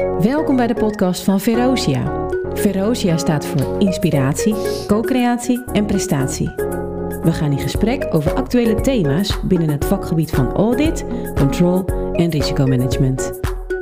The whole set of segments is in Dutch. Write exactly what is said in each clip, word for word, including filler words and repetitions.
Welkom bij de podcast van Verosia. Verosia staat voor inspiratie, co-creatie en prestatie. We gaan in gesprek over actuele thema's binnen het vakgebied van audit, control en risicomanagement.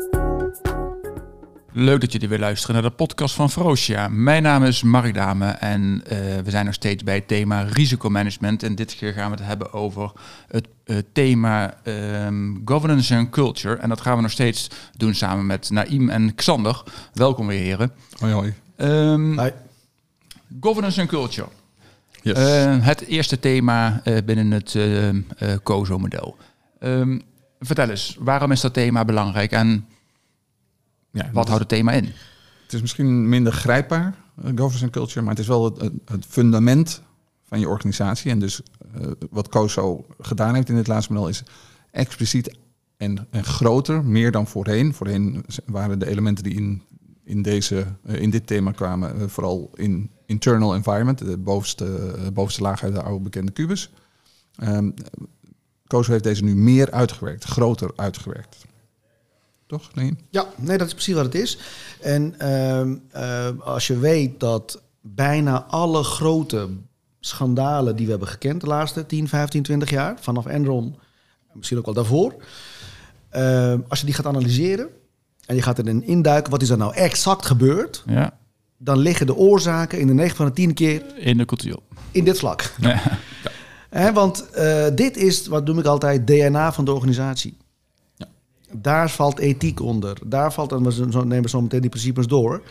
Leuk dat jullie weer luisteren naar de podcast van Verosia. Mijn naam is Mark Dame en uh, we zijn nog steeds bij het thema risicomanagement. En dit keer gaan we het hebben over het uh, thema um, governance en culture. En dat gaan we nog steeds doen samen met Naïm en Xander. Welkom weer, heren. Hoi, hoi. Um, Hi. Governance en culture. Yes. Uh, het eerste thema uh, binnen het uh, uh, COSO-model. Um, vertel eens, waarom is dat thema belangrijk en ja, wat houdt het thema in? Het is misschien minder grijpbaar, uh, governance en culture, maar het is wel het, het, het fundament van je organisatie. En dus uh, wat COSO gedaan heeft in dit laatste model is expliciet en, en groter, meer dan voorheen. Voorheen waren de elementen die in, in, deze, uh, in dit thema kwamen uh, vooral in internal environment, de bovenste, uh, bovenste laag uit de oude bekende kubus. Um, COSO heeft deze nu meer uitgewerkt, groter uitgewerkt. Toch? Nee? Ja, nee, dat is precies wat het is. En uh, uh, als je weet dat bijna alle grote schandalen die we hebben gekend de laatste tien, vijftien, twintig jaar, vanaf Enron, misschien ook wel daarvoor, uh, als je die gaat analyseren en je gaat erin induiken, wat is er nou exact gebeurd, ja. dan liggen de oorzaken in de negen van de tien keer in de cultuur. In dit vlak. Ja. Ja. He, want uh, dit is, wat noem ik altijd, D N A van de organisatie. Daar valt ethiek onder. Daar valt, en we nemen zo meteen die principes door.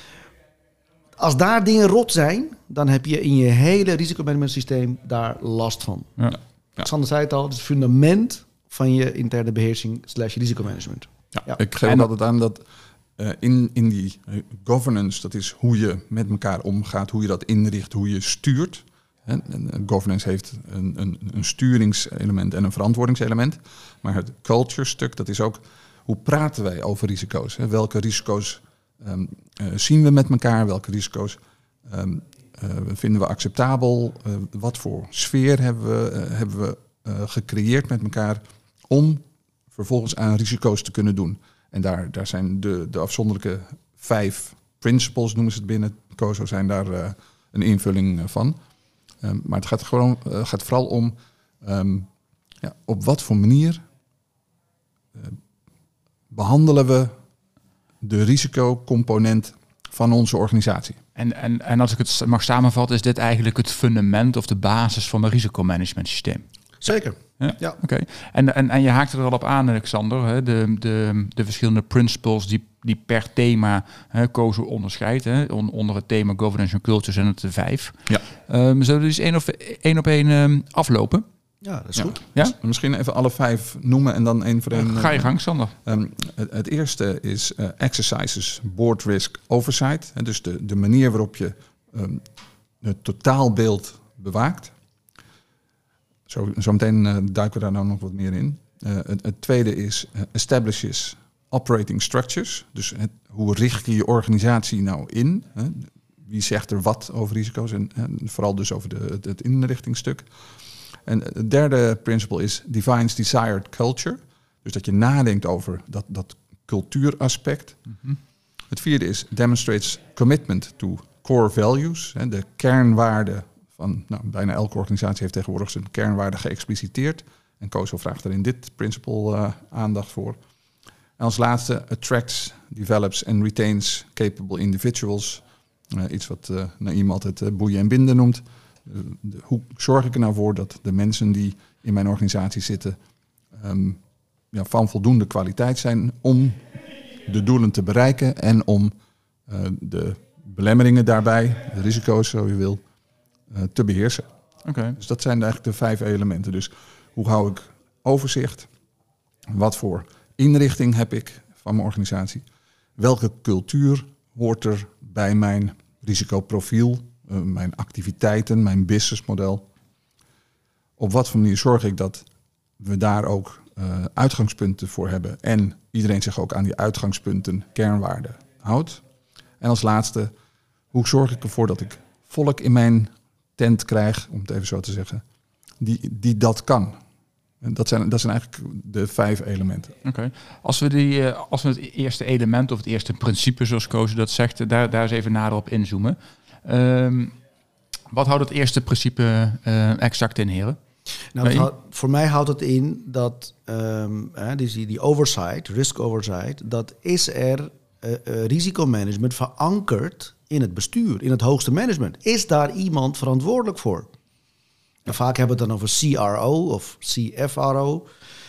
Als daar dingen rot zijn, dan heb je in je hele risicomanagementsysteem daar last van. Ja. Ja. Sander zei het al, het is het fundament van je interne beheersing slash risicomanagement. Ja, Ja. ik geef en altijd aan dat uh, in, in die uh, governance, dat is hoe je met elkaar omgaat, hoe je dat inricht, hoe je stuurt. En, en governance heeft een, een, een sturingselement en een verantwoordingselement. Maar het culture stuk, dat is ook hoe praten wij over risico's. Hè? Welke risico's um, uh, zien we met elkaar? Welke risico's um, uh, vinden we acceptabel? Uh, wat voor sfeer hebben we, uh, hebben we uh, gecreëerd met elkaar om vervolgens aan risico's te kunnen doen? En daar, daar zijn de, de afzonderlijke vijf principles, noemen ze het binnen COSO, zijn daar uh, een invulling van. Um, maar het gaat, gewoon, uh, gaat vooral om um, ja, op wat voor manier uh, behandelen we de risicocomponent van onze organisatie. En, en, en als ik het mag samenvatten, is dit eigenlijk het fundament of de basis van mijn risicomanagement systeem. Zeker. Ja, ja. Oké. Okay. En, en, en je haakt er al op aan, Alexander, hè, de, de, de verschillende principles die, die per thema hè, COSO onderscheidt. Hè, on, onder het thema governance en culture zijn het er vijf. Ja. Um, zullen we dus één, of, één op één um, aflopen? Ja, dat is ja. goed. Ja? Dus misschien even alle vijf noemen en dan één voor één. Uh, ga je gang, Sander. Um, het, het eerste is uh, exercises board risk oversight. Hè, dus de, de manier waarop je um, het totaalbeeld bewaakt. Zo, zo meteen uh, duiken we daar nou nog wat meer in. Uh, het, het tweede is uh, establishes operating structures. Dus het, hoe richt je je organisatie nou in? Hè? Wie zegt er wat over risico's? En, en vooral dus over de, het, het inrichtingstuk. En het derde principle is defines desired culture. Dus dat je nadenkt over dat, dat cultuuraspect. Mm-hmm. Het vierde is demonstrates commitment to core values. Hè, de kernwaarden van nou, bijna elke organisatie heeft tegenwoordig zijn kernwaarden geëxpliciteerd. En COSO vraagt er in dit principle uh, aandacht voor. En als laatste attracts, develops and retains capable individuals. Uh, iets wat uh, Naïm altijd uh, boeien en binden noemt. Uh, de, hoe zorg ik er nou voor dat de mensen die in mijn organisatie zitten um, ja, van voldoende kwaliteit zijn om de doelen te bereiken en om uh, de belemmeringen daarbij, de risico's zo je wil, uh, te beheersen. Okay. Dus dat zijn eigenlijk de vijf elementen. Dus hoe hou ik overzicht? Wat voor inrichting heb ik van mijn organisatie? Welke cultuur hoort er bij mijn risicoprofiel, uh, mijn activiteiten, mijn businessmodel? Op wat voor manier zorg ik dat we daar ook uh, uitgangspunten voor hebben en iedereen zich ook aan die uitgangspunten, kernwaarden houdt? En als laatste, hoe zorg ik ervoor dat ik volk in mijn tent krijg, om het even zo te zeggen, die, die dat kan? Dat zijn, dat zijn eigenlijk de vijf elementen. Oké. Okay. Als we die, uh, als we het eerste element of het eerste principe, zoals Koos dat zegt, daar, daar eens even nader op inzoomen. Um, wat houdt het eerste principe uh, exact in, heren? Nou, het houdt, voor mij houdt het in dat um, hè, die, die oversight, risk oversight, dat is er uh, uh, risicomanagement verankerd in het bestuur, in het hoogste management. Is daar iemand verantwoordelijk voor? En vaak hebben we het dan over C R O of C F R O.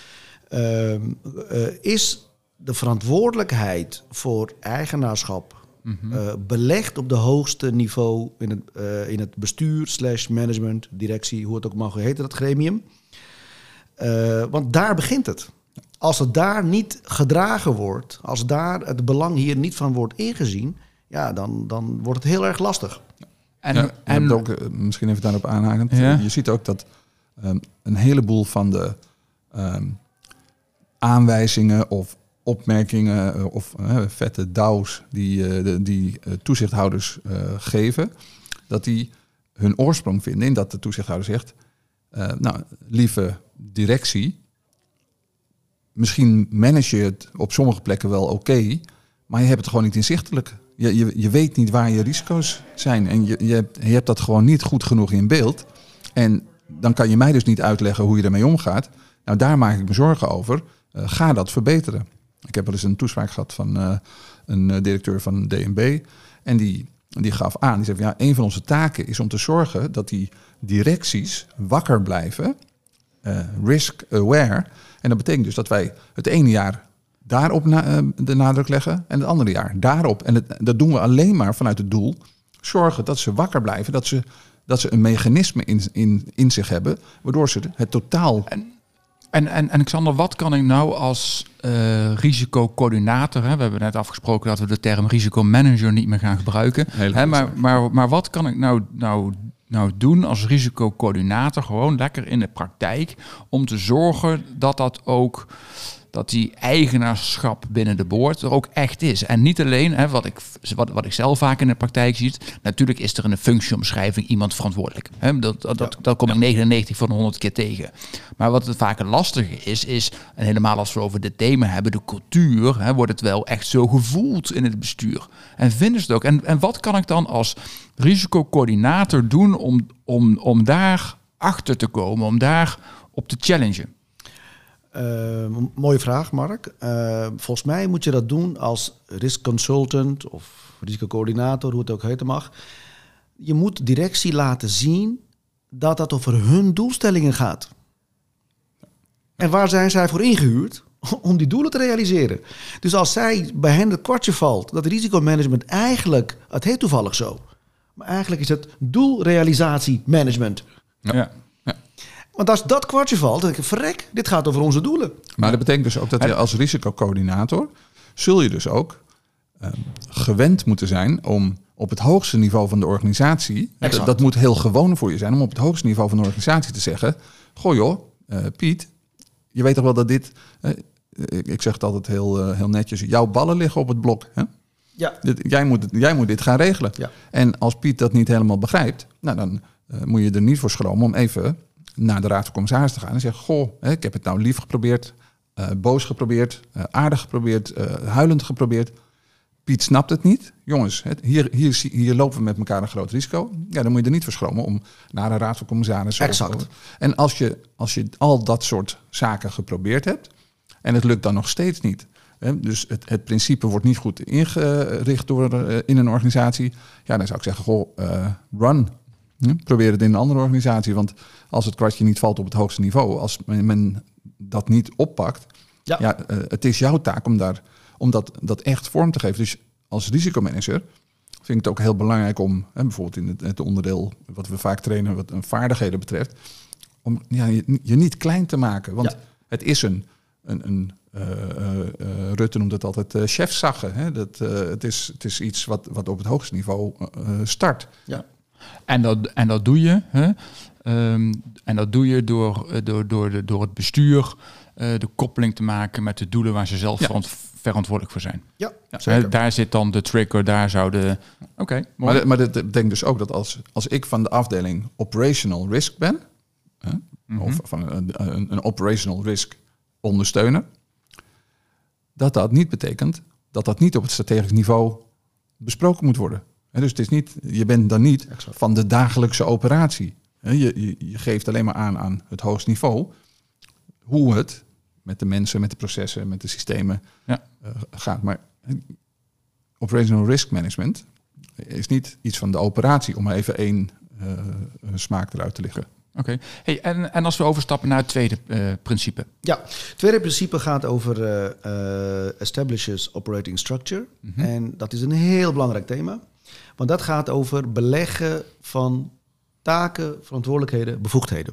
Um, uh, is de verantwoordelijkheid voor eigenaarschap mm-hmm. uh, belegd op de hoogste niveau in het, uh, in het bestuur, slash management, directie, hoe het ook mag heten, dat gremium. Uh, want daar begint het. Als het daar niet gedragen wordt, als daar het belang hier niet van wordt ingezien, ja, dan, dan wordt het heel erg lastig. En, ja, en ook, uh, misschien even daarop aanhakend. Ja. Je ziet ook dat um, een heleboel van de um, aanwijzingen of opmerkingen uh, of uh, vette douws die, uh, de, die uh, toezichthouders uh, geven, dat die hun oorsprong vinden in dat de toezichthouder zegt, uh, nou, lieve directie, misschien manage je het op sommige plekken wel oké, okay, maar je hebt het gewoon niet inzichtelijk. Je, je, je weet niet waar je risico's zijn en je, je, hebt, je hebt dat gewoon niet goed genoeg in beeld. En dan kan je mij dus niet uitleggen hoe je ermee omgaat. Nou, daar maak ik me zorgen over. Uh, ga dat verbeteren. Ik heb wel eens een toespraak gehad van uh, een uh, directeur van D N B. En die, die gaf aan, die zei van, ja, een van onze taken is om te zorgen dat die directies wakker blijven, uh, risk aware. En dat betekent dus dat wij het ene jaar daarop na, uh, de nadruk leggen en het andere jaar daarop. En het, dat doen we alleen maar vanuit het doel zorgen dat ze wakker blijven, dat ze, dat ze een mechanisme in, in, in zich hebben, waardoor ze het totaal... En, en, en, en Xander, wat kan ik nou als uh, risicocoördinator, hè, we hebben net afgesproken dat we de term risicomanager niet meer gaan gebruiken, hè, maar, maar, maar wat kan ik nou, nou, nou doen als risicocoördinator gewoon lekker in de praktijk om te zorgen dat dat ook... dat die eigenaarschap binnen de board er ook echt is. En niet alleen, hè, wat, ik, wat, wat ik zelf vaak in de praktijk zie, natuurlijk is er in een functieomschrijving iemand verantwoordelijk. Hè, dat, dat, ja. dat kom ik negenennegentig van de honderd keer tegen. Maar wat het vaak lastige is, is, en helemaal als we over dit thema hebben, de cultuur, hè, wordt het wel echt zo gevoeld in het bestuur. En vinden ze het ook. En, en wat kan ik dan als risicocoördinator doen om, om, om daar achter te komen, om daar op te challengen? Uh, mooie vraag, Mark. Uh, volgens mij moet je dat doen als risk consultant of risicocoördinator, hoe het ook heten mag. Je moet directie laten zien dat dat over hun doelstellingen gaat. En waar zijn zij voor ingehuurd? Om die doelen te realiseren. Dus als zij bij hen het kwartje valt, dat risicomanagement eigenlijk, het heet toevallig zo, maar eigenlijk is het doelrealisatiemanagement. Ja. ja. Want als dat kwartje valt, dan denk ik, verrek, dit gaat over onze doelen. Maar dat betekent dus ook dat je als risicocoördinator, zul je dus ook uh, gewend moeten zijn om op het hoogste niveau van de organisatie, dat, dat moet heel gewoon voor je zijn, om op het hoogste niveau van de organisatie te zeggen, goh joh, uh, Piet, je weet toch wel dat dit, uh, ik, ik zeg het altijd heel, uh, heel netjes, jouw ballen liggen op het blok. Hè? Ja. Dit, jij, moet, jij moet dit gaan regelen. Ja. En als Piet dat niet helemaal begrijpt, nou, dan uh, moet je er niet voor schromen om even naar de Raad van Commissarissen te gaan en zeggen, goh, hè, ik heb het nou lief geprobeerd, uh, boos geprobeerd, uh, aardig geprobeerd, uh, huilend geprobeerd. Piet snapt het niet. Jongens, het, hier, hier, hier lopen we met elkaar een groot risico. Ja, dan moet je er niet voor schromen om naar de Raad van Commissarissen. Exact. En als je, als je al dat soort zaken geprobeerd hebt en het lukt dan nog steeds niet, hè, dus het, het principe wordt niet goed ingericht door, uh, in een organisatie, ja, dan zou ik zeggen, goh, uh, run. Hm? Probeer het in een andere organisatie, want als het kwartje niet valt op het hoogste niveau, als men, men dat niet oppakt, ja. Ja, uh, het is jouw taak om, daar, om dat, dat echt vorm te geven. Dus als risicomanager vind ik het ook heel belangrijk om, hè, bijvoorbeeld in het, het onderdeel wat we vaak trainen, wat vaardigheden betreft, om ja, je, je niet klein te maken. Want ja. het is een, een, een uh, uh, uh, Rutte noemt het altijd uh, chefzagge. Hè? Dat, uh, het, is, het is iets wat, wat op het hoogste niveau uh, start. Ja. En dat, en dat doe je. Hè? Um, en dat doe je door, door, door, de, door het bestuur uh, de koppeling te maken met de doelen waar ze zelf ja. verant, verantwoordelijk voor zijn. Ja, ja zeker. Daar zit dan de trigger, daar zou de... Oké, okay, maar, maar dat betekent dus ook dat als, als ik van de afdeling operational risk ben, hè, Mm-hmm. of van een, een, een operational risk ondersteuner, dat dat niet betekent dat dat niet op het strategisch niveau besproken moet worden. En dus het is niet, je bent dan niet exact van de dagelijkse operatie. Je, je, je geeft alleen maar aan aan het hoogste niveau hoe het met de mensen, met de processen, met de systemen ja. uh, gaat. Maar operational risk management is niet iets van de operatie, om maar even één uh, smaak eruit te liggen. Oké. Okay. Hey, en, en als we overstappen naar het tweede uh, principe. Ja, het tweede principe gaat over uh, uh, establishes operating structure. Mm-hmm. En dat is een heel belangrijk thema. Want dat gaat over beleggen van taken, verantwoordelijkheden, bevoegdheden.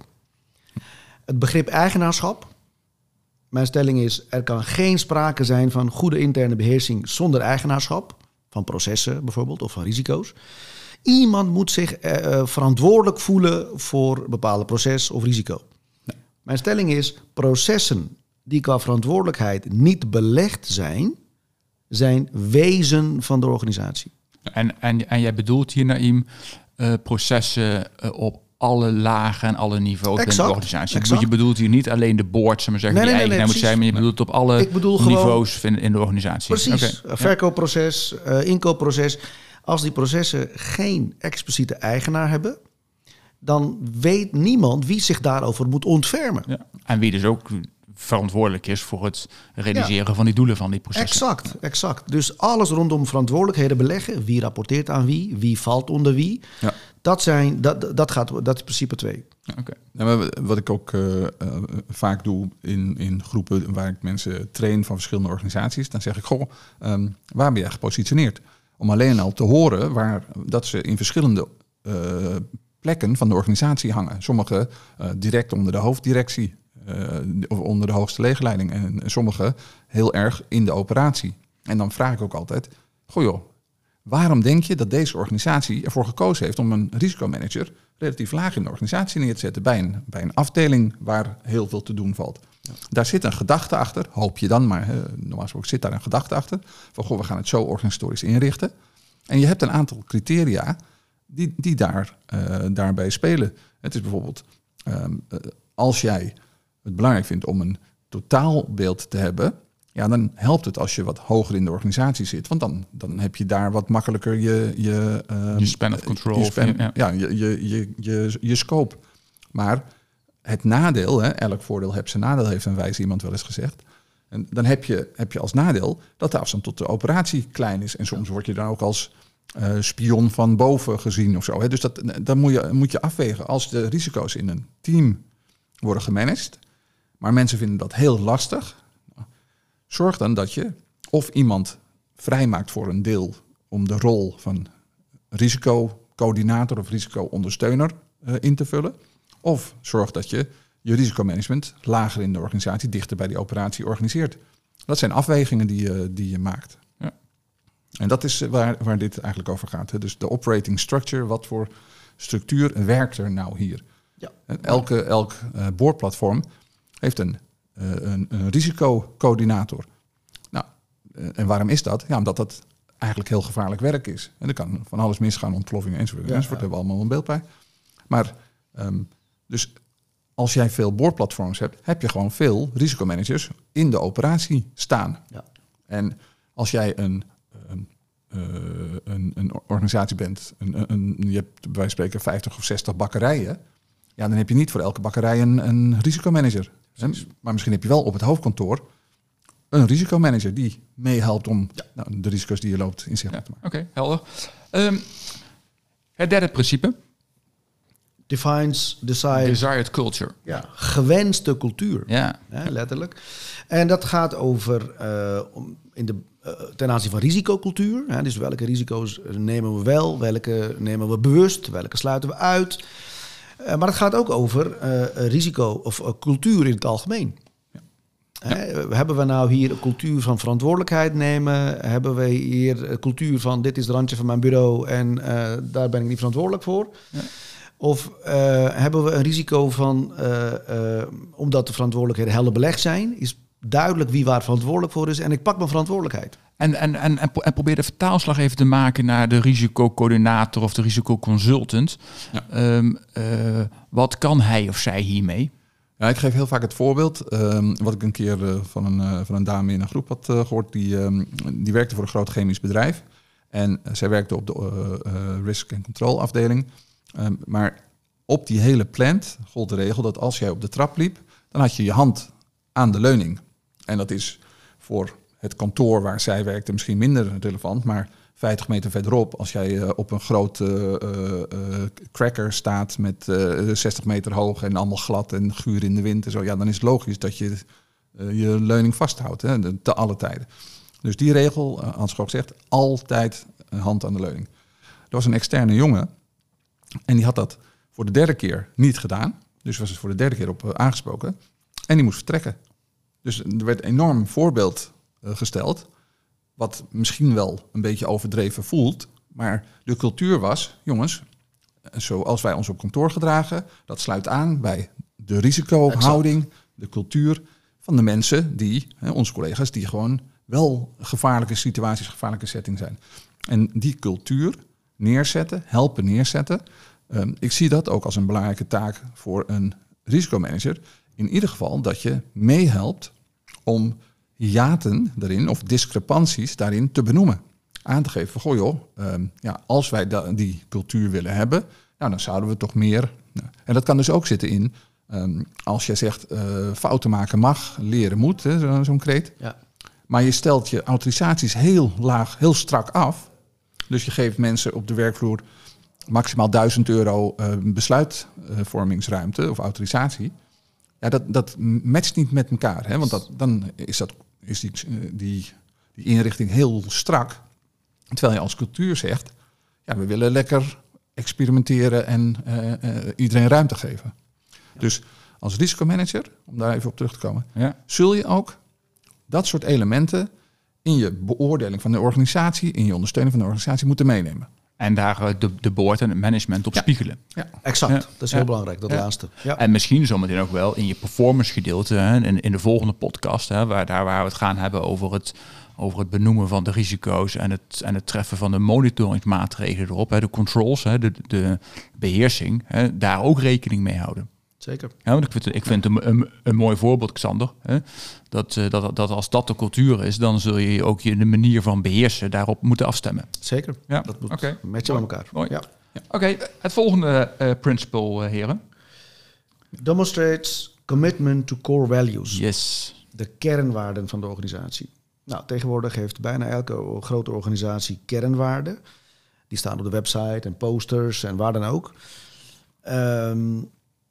Het begrip eigenaarschap. Mijn stelling is, er kan geen sprake zijn van goede interne beheersing zonder eigenaarschap. Van processen bijvoorbeeld, of van risico's. Iemand moet zich uh, verantwoordelijk voelen voor een bepaald proces of risico. Nee. Mijn stelling is, processen die qua verantwoordelijkheid niet belegd zijn, zijn wezen van de organisatie. En, en, en jij bedoelt hier, Naïm, uh, processen uh, op alle lagen en alle niveaus exact, binnen de organisatie. Exact. Je bedoelt hier niet alleen de board, maar zeggen, nee, die nee, eigenaar nee, moet zijn, maar je bedoelt op alle Ik bedoel niveaus gewoon, in de organisatie. Precies, okay. Verkoopproces, uh, inkoopproces. Als die processen geen expliciete eigenaar hebben, dan weet niemand wie zich daarover moet ontfermen. Ja. En wie dus ook verantwoordelijk is voor het realiseren ja. van die doelen van die processen. Exact, exact. Dus alles rondom verantwoordelijkheden beleggen. Wie rapporteert aan wie? Wie valt onder wie? Ja. Dat, zijn, dat, dat, gaat, dat is principe twee. Okay. Ja, wat ik ook uh, uh, vaak doe in, in groepen waar ik mensen train van verschillende organisaties, dan zeg ik, goh, um, waar ben jij gepositioneerd? Om alleen al te horen waar dat ze in verschillende uh, plekken van de organisatie hangen. Sommige uh, direct onder de hoofddirectie, uh, of onder de hoogste legerleiding. En sommige heel erg in de operatie. En dan vraag ik ook altijd, goh joh, waarom denk je dat deze organisatie ervoor gekozen heeft om een risicomanager relatief laag in de organisatie neer te zetten bij een, bij een afdeling waar heel veel te doen valt? Ja. Daar zit een gedachte achter, hoop je dan, maar uh, normaal gesproken zit daar een gedachte achter. Van goh, we gaan het zo organisatorisch inrichten. En je hebt een aantal criteria die, die daar, uh, daarbij spelen. Het is bijvoorbeeld, um, uh, als jij het belangrijk vindt om een totaalbeeld te hebben, ja, dan helpt het als je wat hoger in de organisatie zit. Want dan, dan heb je daar wat makkelijker je... Je, um, je span of control. Je span, of, ja, ja je, je, je, je, je scope. Maar het nadeel, hè, elk voordeel heeft zijn nadeel, heeft een wijs iemand wel eens gezegd. En dan heb je, heb je als nadeel dat de afstand tot de operatie klein is. En soms word je dan ook als uh, spion van boven gezien of zo. Hè. Dus dat, dan moet je, moet je afwegen. Als de risico's in een team worden gemanaged, maar mensen vinden dat heel lastig, zorg dan dat je of iemand vrijmaakt voor een deel om de rol van risicocoördinator of risicoondersteuner uh, in te vullen. Of zorg dat je je risicomanagement lager in de organisatie, dichter bij die operatie organiseert. Dat zijn afwegingen die je, die je maakt. Ja. En dat is waar, waar dit eigenlijk over gaat. Hè. Dus de operating structure, wat voor structuur werkt er nou hier? Ja. En elke elk uh, boordplatform heeft een, uh, een, een risicocoördinator. Nou, uh, en waarom is dat? Ja, omdat dat eigenlijk heel gevaarlijk werk is. En er kan van alles misgaan, ontploffingen enzovoort. Ja, enzovoort. Ja. Daar hebben we allemaal een beeld bij. Maar um, dus als jij veel boordplatforms hebt, heb je gewoon veel risicomanagers in de operatie staan. Ja. En als jij een, een, een, een organisatie bent, een, een, je hebt bij wijze van spreken vijftig of zestig bakkerijen, ja, dan heb je niet voor elke bakkerij een, een risicomanager. Precies. Maar misschien heb je wel op het hoofdkantoor een risicomanager die meehelpt om ja. nou, de risico's die je loopt inzichtelijk ja. te maken. Oké, okay, helder. Um, het derde principe. Defines desired, desired culture. Ja, gewenste cultuur. Ja. Ja, letterlijk. En dat gaat over uh, om in de, uh, ten aanzien van risicocultuur. Hè, dus welke risico's nemen we wel, welke nemen we bewust, welke sluiten we uit. Uh, maar het gaat ook over uh, risico of uh, cultuur in het algemeen. Ja. Hè, hebben we nou hier een cultuur van verantwoordelijkheid nemen? Hebben we hier een cultuur van dit is het randje van mijn bureau en uh, daar ben ik niet verantwoordelijk voor? Ja. Of uh, hebben we een risico van, uh, uh, omdat de verantwoordelijkheden helder belegd zijn, is duidelijk wie waar verantwoordelijk voor is en ik pak mijn verantwoordelijkheid. En, en, en, en probeer de vertaalslag even te maken naar de risicocoördinator of de risicoconsultant. Ja. Um, uh, wat kan hij of zij hiermee? Ja, ik geef heel vaak het voorbeeld, um, wat ik een keer uh, van, een, uh, van een dame in een groep had uh, gehoord. Die, um, die werkte voor een groot chemisch bedrijf. En uh, zij werkte op de uh, uh, risk en control afdeling. Um, maar op die hele plant gold de regel dat als jij op de trap liep, dan had je je hand aan de leuning. En dat is voor het kantoor waar zij werkte misschien minder relevant, maar vijftig meter verderop, als jij uh, op een grote uh, uh, cracker staat met uh, zestig meter hoog en allemaal glad en guur in de wind en zo, ja, dan is het logisch dat je uh, je leuning vasthoudt, hè, te alle tijden. Dus die regel, uh, Hans Schok zegt, altijd een hand aan de leuning. Er was een externe jongen en die had dat voor de derde keer niet gedaan. Dus was het voor de derde keer op uh, aangesproken en die moest vertrekken. Dus er werd een enorm voorbeeld uh, gesteld, wat misschien wel een beetje overdreven voelt. Maar de cultuur was, jongens, zoals wij ons op kantoor gedragen, dat sluit aan bij de risicohouding, exact. De cultuur van de mensen die, hè, onze collega's, die gewoon wel gevaarlijke situaties, gevaarlijke setting zijn. En die cultuur neerzetten, helpen neerzetten. Um, ik zie dat ook als een belangrijke taak voor een risicomanager. In ieder geval dat je meehelpt om hiaten daarin of discrepanties daarin te benoemen. Aan te geven van, goh joh, um, ja, als wij da- die cultuur willen hebben, nou, dan zouden we toch meer... Nou, en dat kan dus ook zitten in, um, als jij zegt, uh, fouten maken mag, leren moet, hè, zo, zo'n kreet. Ja. Maar je stelt je autorisaties heel laag, heel strak af. Dus je geeft mensen op de werkvloer maximaal duizend euro uh, besluitvormingsruimte of autorisatie. Ja, dat, dat matcht niet met elkaar. Hè? Want dat, dan is, dat, is die, die, die inrichting heel strak. Terwijl je als cultuur zegt, ja, we willen lekker experimenteren en uh, uh, iedereen ruimte geven. Ja. Dus als risicomanager, om daar even op terug te komen, ja. zul je ook dat soort elementen in je beoordeling van de organisatie, in je ondersteuning van de organisatie moeten meenemen. En daar de, de board en het management op ja. spiegelen. Ja, exact. Ja. Dat is heel ja. belangrijk, dat ja. laatste. Ja. En misschien zometeen ook wel in je performance gedeelte, hè, in, in de volgende podcast, hè, waar, daar waar we het gaan hebben over het, over het benoemen van de risico's en het, en het treffen van de monitoringsmaatregelen erop, hè, de controls, hè, de, de beheersing, hè, daar ook rekening mee houden. Zeker. Ja, want ik vind, ik vind een, een, een mooi voorbeeld, Xander. Hè? Dat, dat, dat als dat de cultuur is, dan zul je ook je de manier van beheersen daarop moeten afstemmen. Zeker. Ja. Dat moet okay. matchen met elkaar. Mooi. Ja. Ja. Oké, okay, het volgende uh, principle, uh, heren. Demonstrates commitment to core values. Yes. De kernwaarden van de organisatie. Nou, tegenwoordig heeft bijna elke grote organisatie kernwaarden. Die staan op de website en posters en waar dan ook. Um,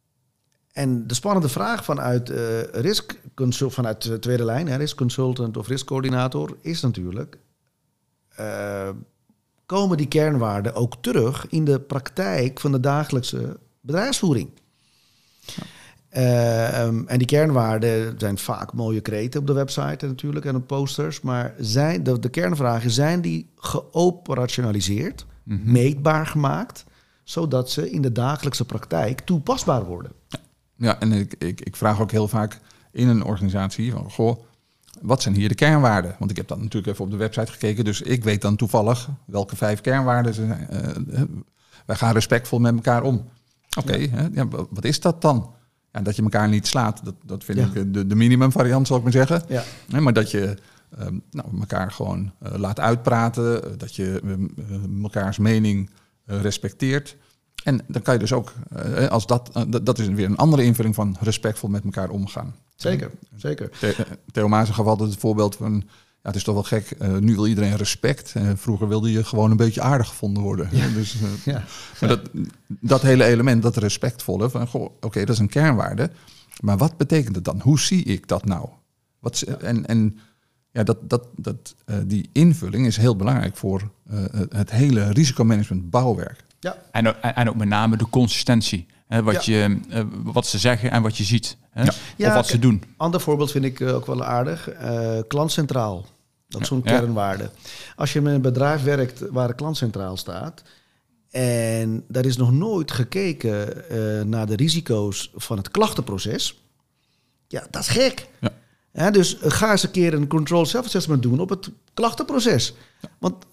En de spannende vraag vanuit uh, risk consult, vanuit de tweede lijn, hè, risk consultant of risk coördinator, is natuurlijk, uh, komen die kernwaarden ook terug in de praktijk van de dagelijkse bedrijfsvoering? Ja. Uh, um, en die kernwaarden zijn vaak mooie kreten op de website natuurlijk en op posters, maar zijn de, de kernvraag is, zijn die geoperationaliseerd, mm-hmm. meetbaar gemaakt, zodat ze in de dagelijkse praktijk toepasbaar worden? Ja, en ik, ik, ik vraag ook heel vaak in een organisatie van, goh, wat zijn hier de kernwaarden? Want ik heb dat natuurlijk even op de website gekeken, dus ik weet dan toevallig welke vijf kernwaarden zijn. Uh, wij gaan respectvol met elkaar om. Oké, okay, ja. ja, wat is dat dan? Ja, dat je elkaar niet slaat, dat, dat vind ja. ik de, de minimumvariant, zal ik maar zeggen. Ja. Nee, maar dat je uh, nou, elkaar gewoon uh, laat uitpraten, uh, dat je uh, elkaars mening uh, respecteert. En dan kan je dus ook, uh, als dat, uh, dat is weer een andere invulling van respectvol met elkaar omgaan. Zeker, zeker. The- Theo Maassen gaf altijd het voorbeeld van, ja, het is toch wel gek, uh, nu wil iedereen respect. Uh, vroeger wilde je gewoon een beetje aardig gevonden worden. Ja. Dus, uh, ja. Maar dat, dat hele element, dat respectvolle, van goh, oké, okay, dat is een kernwaarde. Maar wat betekent het dan? Hoe zie ik dat nou? Wat, ja. En, en ja, dat, dat, dat, uh, die invulling is heel belangrijk voor uh, het hele risicomanagement bouwwerk. Ja. En, en ook met name de consistentie. Hè, wat, ja. je, uh, wat ze zeggen en wat je ziet. Hè? Ja. Ja, of wat ze doen. Een ander voorbeeld vind ik uh, ook wel aardig. Uh, klantcentraal. Dat is ja. zo'n ja. kernwaarde. Als je met een bedrijf werkt waar de klant centraal staat, en daar is nog nooit gekeken uh, naar de risico's van het klachtenproces. Ja, dat is gek. Ja. Ja, dus uh, ga eens een keer een control self-assessment doen op het klachtenproces. Ja. Want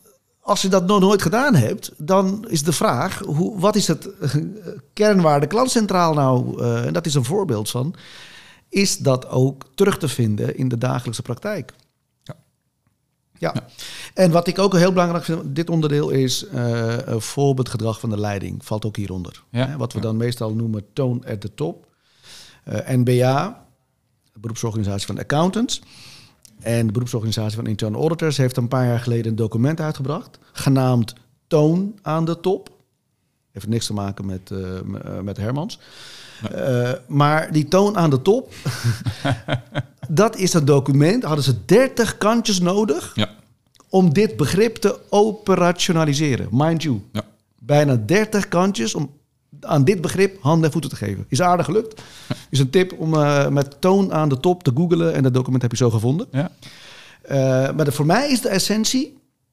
als je dat nog nooit gedaan hebt, dan is de vraag, hoe, wat is het kernwaarde klantcentraal nou? Uh, en dat is een voorbeeld van. Is dat ook terug te vinden in de dagelijkse praktijk? Ja. Ja. ja. En wat ik ook heel belangrijk vind, dit onderdeel is uh, een voorbeeldgedrag van de leiding. Valt ook hieronder. Ja. Hè, wat we dan meestal noemen tone at the top. Uh, N B A, de beroepsorganisatie van accountants. En de beroepsorganisatie van internal auditors heeft een paar jaar geleden een document uitgebracht. Genaamd Toon aan de top. Heeft niks te maken met, uh, met Hermans. Nee. Uh, maar die toon aan de top, dat is een document. Hadden ze dertig kantjes nodig ja. om dit begrip te operationaliseren. Mind you. Ja. Bijna dertig kantjes om aan dit begrip handen en voeten te geven. Is aardig gelukt. Ja. Is een tip om uh, met toon aan de top te googlen. En dat document heb je zo gevonden. Ja. Uh, maar de, voor mij is de essentie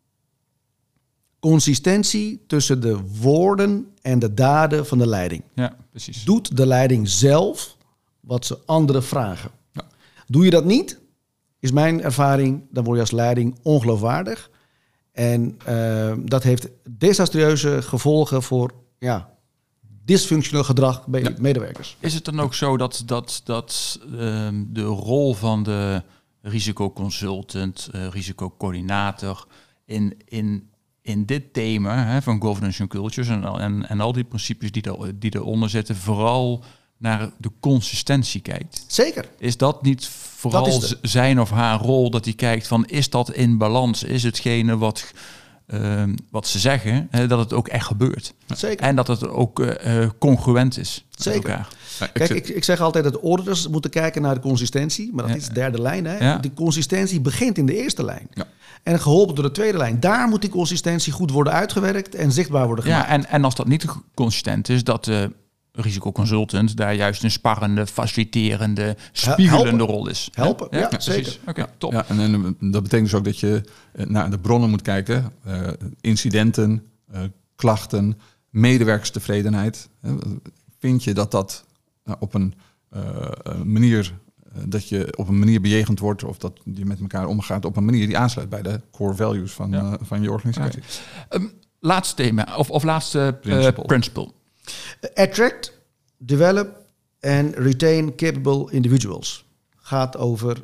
consistentie tussen de woorden en de daden van de leiding. Ja, precies. Doet de leiding zelf wat ze anderen vragen. Ja. Doe je dat niet, is mijn ervaring, dan word je als leiding ongeloofwaardig. En uh, dat heeft desastreuze gevolgen voor ja, dysfunctioneel gedrag bij ja. medewerkers. Is het dan ook zo dat, dat, dat uh, de rol van de risicoconsultant, uh, risicocoördinator in... in in dit thema hè, van governance and cultures en, en, en al die principes die, er, die eronder zitten, vooral naar de consistentie kijkt? Zeker. Is dat niet vooral dat is zijn of haar rol, dat hij kijkt van, is dat in balans? Is hetgene wat, uh, wat ze zeggen, hè, dat het ook echt gebeurt? Zeker. En dat het ook uh, congruent is. Zeker. Elkaar. Kijk, ik, ik zeg altijd dat de auditors moeten kijken naar de consistentie, maar dat ja. is de derde lijn. Hè? Ja. Die consistentie begint in de eerste lijn. Ja. En geholpen door de tweede lijn. Daar moet die consistentie goed worden uitgewerkt en zichtbaar worden gemaakt. Ja, en, en als dat niet consistent is, dat de risicoconsultant daar juist een sparrende, faciliterende, spiegelende Helpen. rol is. Helpen, ja, ja, ja zeker. Oké, okay, top. Ja, en, en dat betekent dus ook dat je naar de bronnen moet kijken. Uh, incidenten, uh, klachten, medewerkerstevredenheid. Uh, vind je dat dat uh, op een uh, manier... dat je op een manier bejegend wordt of dat je met elkaar omgaat op een manier die aansluit bij de core values van, ja. uh, van je organisatie. Okay. Um, laatste thema of, of laatste principle. Uh, principle. Attract, develop and retain capable individuals. Gaat over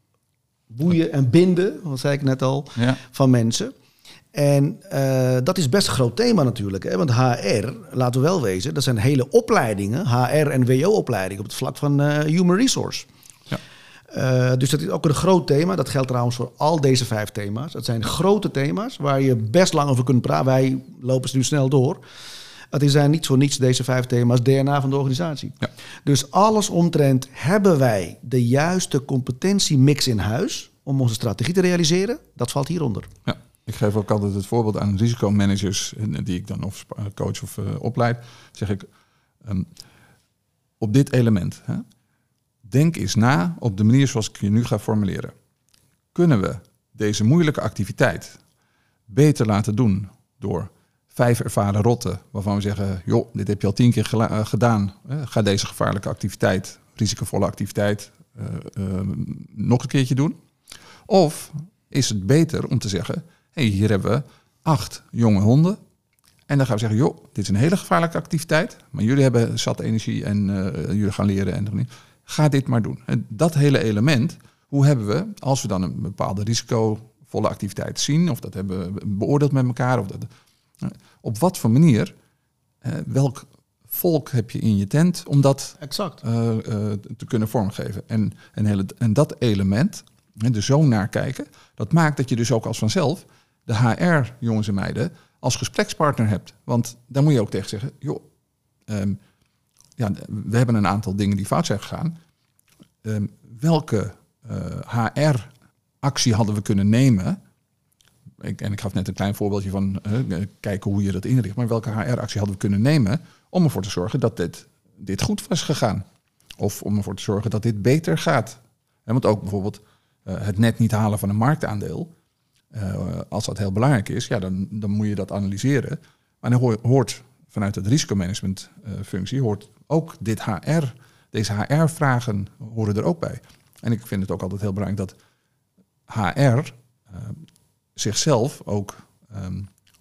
boeien en binden, dat zei ik net al, ja. van mensen. En uh, dat is best een groot thema natuurlijk. Hè? Want H R, laten we wel wezen, dat zijn hele opleidingen, H R en W O-opleidingen op het vlak van uh, human resource. Uh, dus dat is ook een groot thema. Dat geldt trouwens voor al deze vijf thema's. Dat zijn grote thema's waar je best lang over kunt praten. Wij lopen ze nu snel door. Het zijn niet voor niets deze vijf thema's D N A van de organisatie. Ja. Dus alles omtrent, hebben wij de juiste competentiemix in huis om onze strategie te realiseren? Dat valt hieronder. Ja. Ik geef ook altijd het voorbeeld aan risicomanagers die ik dan of coach of uh, opleid. Zeg ik, um, op dit element... Hè, denk eens na op de manier zoals ik je nu ga formuleren. Kunnen we deze moeilijke activiteit beter laten doen door vijf ervaren rotten, waarvan we zeggen, joh, dit heb je al tien keer gela- uh, gedaan. Uh, ga deze gevaarlijke activiteit, risicovolle activiteit, uh, uh, nog een keertje doen? Of is het beter om te zeggen, hey, hier hebben we acht jonge honden. En dan gaan we zeggen, joh, dit is een hele gevaarlijke activiteit, maar jullie hebben zat energie en uh, jullie gaan leren en nog niet. Ga dit maar doen. En dat hele element, hoe hebben we, als we dan een bepaalde risicovolle activiteit zien, of dat hebben we beoordeeld met elkaar, of dat, op wat voor manier, eh, welk volk heb je in je tent om dat exact. Uh, uh, te kunnen vormgeven. En, en, hele, en dat element, er zo naar kijken, dat maakt dat je dus ook als vanzelf de H R, jongens en meiden, als gesprekspartner hebt. Want daar moet je ook tegen zeggen, joh, um, ja, we hebben een aantal dingen die fout zijn gegaan. Um, welke uh, H R-actie hadden we kunnen nemen? Ik, en ik gaf net een klein voorbeeldje van uh, kijken hoe je dat inricht. Maar welke H R-actie hadden we kunnen nemen om ervoor te zorgen dat dit, dit goed was gegaan? Of om ervoor te zorgen dat dit beter gaat? En want ook bijvoorbeeld uh, het net niet halen van een marktaandeel. Uh, als dat heel belangrijk is, ja, dan, dan moet je dat analyseren. Maar dan hoort vanuit het risicomanagement uh, functie hoort ook dit H R, deze H R-vragen horen er ook bij. En ik vind het ook altijd heel belangrijk dat H R uh, zichzelf ook um,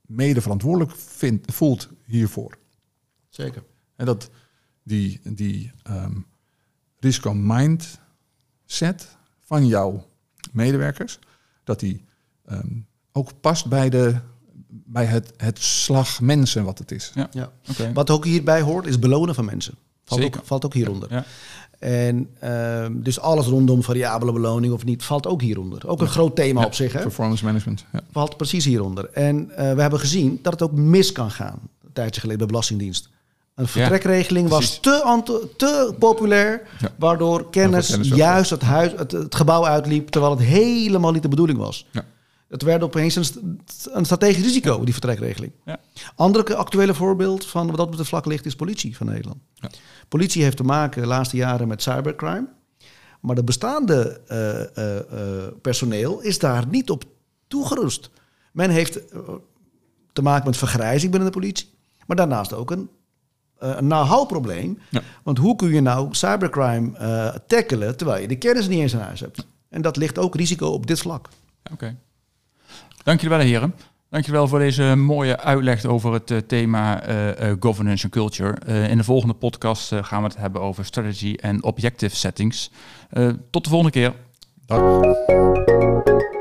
mede verantwoordelijk vindt, voelt hiervoor. Zeker. En dat die, die um, risico-mindset van jouw medewerkers, dat die um, ook past bij, de, bij het, het slag mensen wat het is. Ja. Ja. Okay. Wat ook hierbij hoort, is belonen van mensen. Valt, Zeker. ook, valt ook hieronder. Ja. En uh, dus alles rondom variabele beloning of niet, valt ook hieronder. Ook een ja. groot thema ja. op zich. Hè? Performance management. Ja. Valt precies hieronder. En uh, we hebben gezien dat het ook mis kan gaan. Een tijdje geleden bij Belastingdienst. Een vertrekregeling ja, was te, ant- te populair, ja. waardoor kennis, kennis juist het, huis, het, het gebouw uitliep, terwijl het helemaal niet de bedoeling was. Ja. Het werd opeens een, een strategisch risico, die vertrekregeling. Ja. Andere actuele voorbeeld van wat dat op het vlak ligt, is politie van Nederland. Ja. Politie heeft te maken de laatste jaren met cybercrime. Maar de bestaande uh, uh, uh, personeel is daar niet op toegerust. Men heeft uh, te maken met vergrijzing binnen de politie. Maar daarnaast ook een, uh, een know-how-probleem. Ja. Want hoe kun je nou cybercrime uh, tackelen terwijl je de kennis niet eens in huis hebt? En dat ligt ook risico op dit vlak. Oké. Okay. Dank jullie wel, heren. Dank jullie wel voor deze mooie uitleg over het uh, thema uh, uh, governance en culture. Uh, in de volgende podcast uh, gaan we het hebben over strategy en objective settings. Uh, tot de volgende keer. Dag.